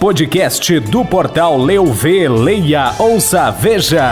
Podcast do portal Leu Vê, Leia, Ouça, Veja.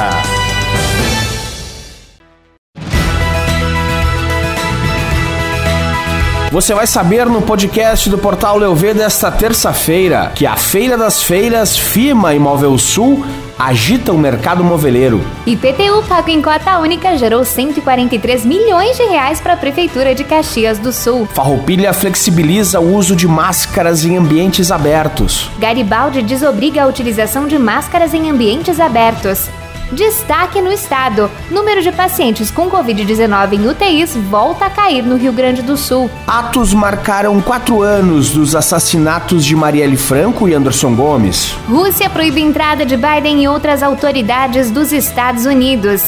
Você vai saber no podcast do portal Leu Vê desta terça-feira que a Feira das Feiras, FIMA e Móvel Sul agita o mercado moveleiro. IPTU pago em cota única gerou 143 milhões de reais para a Prefeitura de Caxias do Sul. Farroupilha flexibiliza o uso de máscaras em ambientes abertos. Garibaldi desobriga a utilização de máscaras em ambientes abertos. Destaque no estado: número de pacientes com Covid-19 em UTIs volta a cair no Rio Grande do Sul. Atos marcaram 4 anos dos assassinatos de Marielle Franco e Anderson Gomes. Rússia proíbe a entrada de Biden e outras autoridades dos Estados Unidos.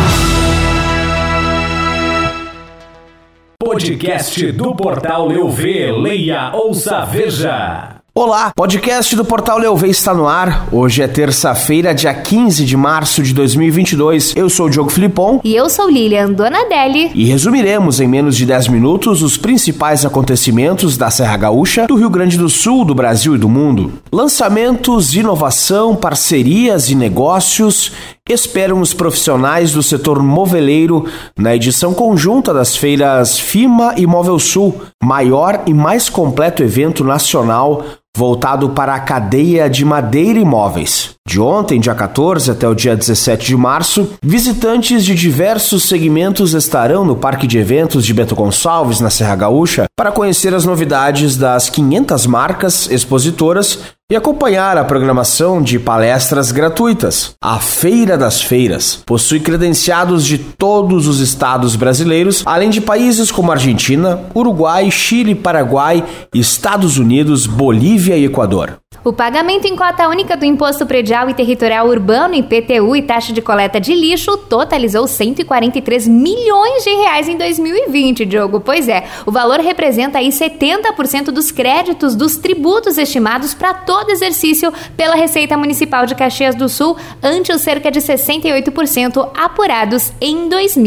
Podcast do portal Leu Vê, Leia, Ouça, Veja. Olá, podcast do portal Leu Vê está no ar. Hoje é terça-feira, dia 15 de março de 2022. Eu sou o Diogo Filipon. E eu sou Lilian Donadelli. E resumiremos em menos de 10 minutos os principais acontecimentos da Serra Gaúcha, do Rio Grande do Sul, do Brasil e do mundo. Lançamentos, inovação, parcerias e negócios esperam os profissionais do setor moveleiro na edição conjunta das feiras FIMA e Móvel Sul, maior e mais completo evento nacional voltado para a cadeia de madeira e móveis. De ontem, dia 14, até o dia 17 de março, visitantes de diversos segmentos estarão no Parque de Eventos de Bento Gonçalves, na Serra Gaúcha, para conhecer as novidades das 500 marcas expositoras e acompanhar a programação de palestras gratuitas. A Feira das Feiras possui credenciados de todos os estados brasileiros, além de países como Argentina, Uruguai, Chile, Paraguai, Estados Unidos, Bolívia e Equador. O pagamento em cota única do Imposto Predial e Territorial Urbano, IPTU, e taxa de coleta de lixo totalizou 143 milhões de reais em 2020, Diogo. Pois é, o valor representa aí 70% dos créditos dos tributos estimados para todo exercício pela Receita Municipal de Caxias do Sul, ante os cerca de 68% apurados em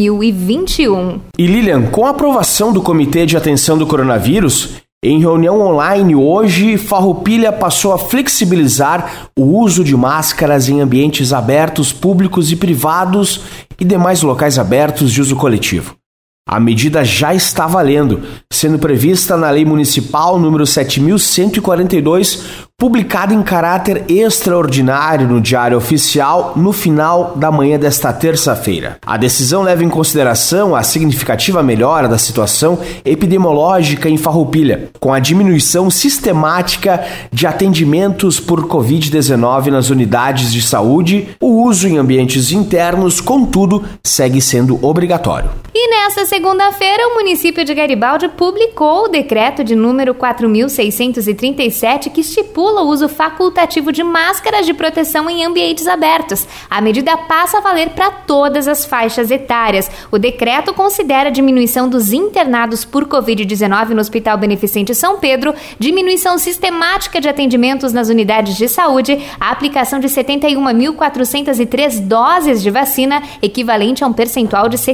2021. E Lilian, com a aprovação do Comitê de Atenção do Coronavírus, em reunião online hoje, Farroupilha passou a flexibilizar o uso de máscaras em ambientes abertos, públicos e privados e demais locais abertos de uso coletivo. A medida já está valendo, sendo prevista na Lei Municipal número 7.142, publicada em caráter extraordinário no Diário Oficial no final da manhã desta terça-feira. A decisão leva em consideração a significativa melhora da situação epidemiológica em Farroupilha, com a diminuição sistemática de atendimentos por Covid-19 nas unidades de saúde. O uso em ambientes internos, contudo, segue sendo obrigatório. E nesta segunda-feira, o município de Garibaldi publicou o decreto de número 4.637, que estipula o uso facultativo de máscaras de proteção em ambientes abertos. A medida passa a valer para todas as faixas etárias. O decreto considera a diminuição dos internados por Covid-19 no Hospital Beneficente São Pedro, diminuição sistemática de atendimentos nas unidades de saúde, a aplicação de 71.403 doses de vacina, equivalente a um percentual de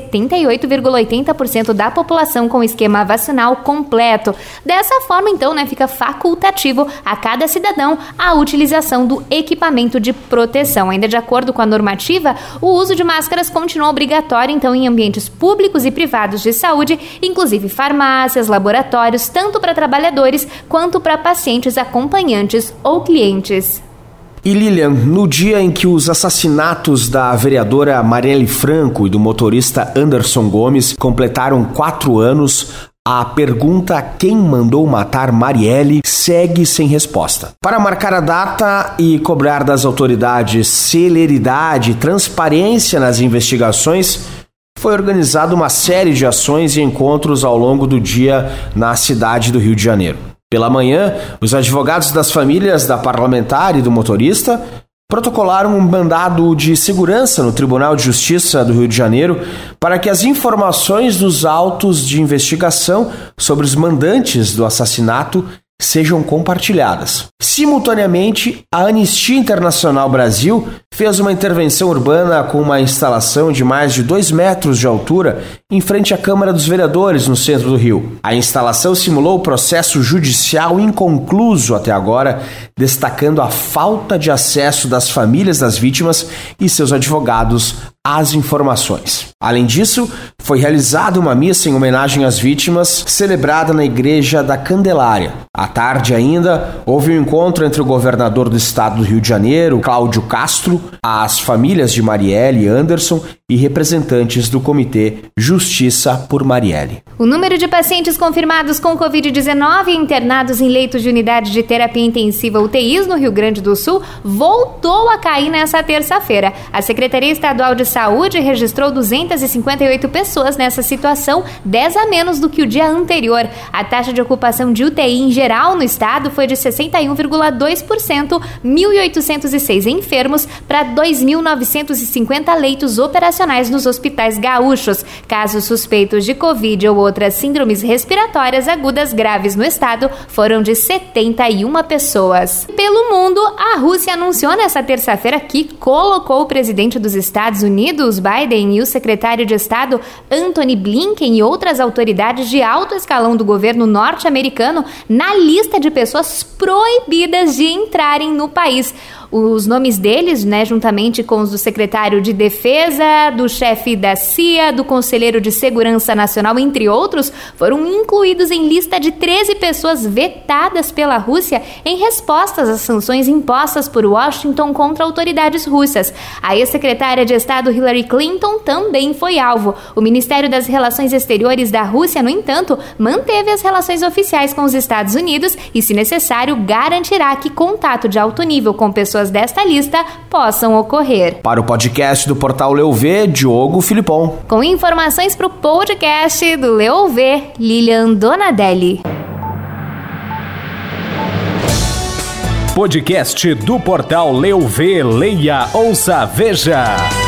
78,80% da população com esquema vacinal completo. Dessa forma, então, fica facultativo a cada cidadão a utilização do equipamento de proteção. Ainda de acordo com a normativa, o uso de máscaras continua obrigatório, então, em ambientes públicos e privados de saúde, inclusive farmácias, laboratórios, tanto para trabalhadores quanto para pacientes, acompanhantes ou clientes. E Lilian, no dia em que os assassinatos da vereadora Marielle Franco e do motorista Anderson Gomes completaram 4 anos, a pergunta quem mandou matar Marielle segue sem resposta. Para marcar a data e cobrar das autoridades celeridade e transparência nas investigações, foi organizada uma série de ações e encontros ao longo do dia na cidade do Rio de Janeiro. Pela manhã, os advogados das famílias da parlamentar e do motorista protocolaram um mandado de segurança no Tribunal de Justiça do Rio de Janeiro para que as informações dos autos de investigação sobre os mandantes do assassinato sejam compartilhadas. Simultaneamente, a Anistia Internacional Brasil fez uma intervenção urbana com uma instalação de mais de 2 metros de altura em frente à Câmara dos Vereadores, no centro do Rio. A instalação simulou o processo judicial inconcluso até agora, destacando a falta de acesso das famílias das vítimas e seus advogados às informações. Além disso, foi realizada uma missa em homenagem às vítimas, celebrada na Igreja da Candelária. À tarde ainda, houve um encontro entre o governador do estado do Rio de Janeiro, Cláudio Castro, as famílias de Marielle e Anderson e representantes do Comitê Justiça por Marielle. O número de pacientes confirmados com Covid-19 internados em leitos de unidade de terapia intensiva UTIs no Rio Grande do Sul voltou a cair nesta terça-feira. A Secretaria Estadual de Saúde registrou 258 pessoas nessa situação, 10 a menos do que o dia anterior. A taxa de ocupação de UTI em geral no estado foi de 61,2%, 1.806 enfermos para 2.950 leitos operacionais nos hospitais gaúchos. Casos suspeitos de Covid ou outras síndromes respiratórias agudas graves no estado foram de 71 pessoas. Pelo mundo, a Rússia anunciou nesta terça-feira que colocou o presidente dos Estados Unidos, Biden, e o secretário de Estado, Antony Blinken, e outras autoridades de alto escalão do governo norte-americano na lista de pessoas proibidas de entrarem no país. Os nomes deles, juntamente com os do secretário de Defesa, do chefe da CIA, do conselheiro de Segurança Nacional, entre outros, foram incluídos em lista de 13 pessoas vetadas pela Rússia em respostas às sanções impostas por Washington contra autoridades russas. A ex-secretária de Estado Hillary Clinton também foi alvo. O Ministério das Relações Exteriores da Rússia, no entanto, manteve as relações oficiais com os Estados Unidos e, se necessário, garantirá que contato de alto nível com pessoas desta lista possam ocorrer. Para o podcast do Portal Leu V, Diogo Filipon. Com informações para o podcast do Leu V, Lilian Donadelli. Podcast do Portal Leu V, leia, ouça, veja.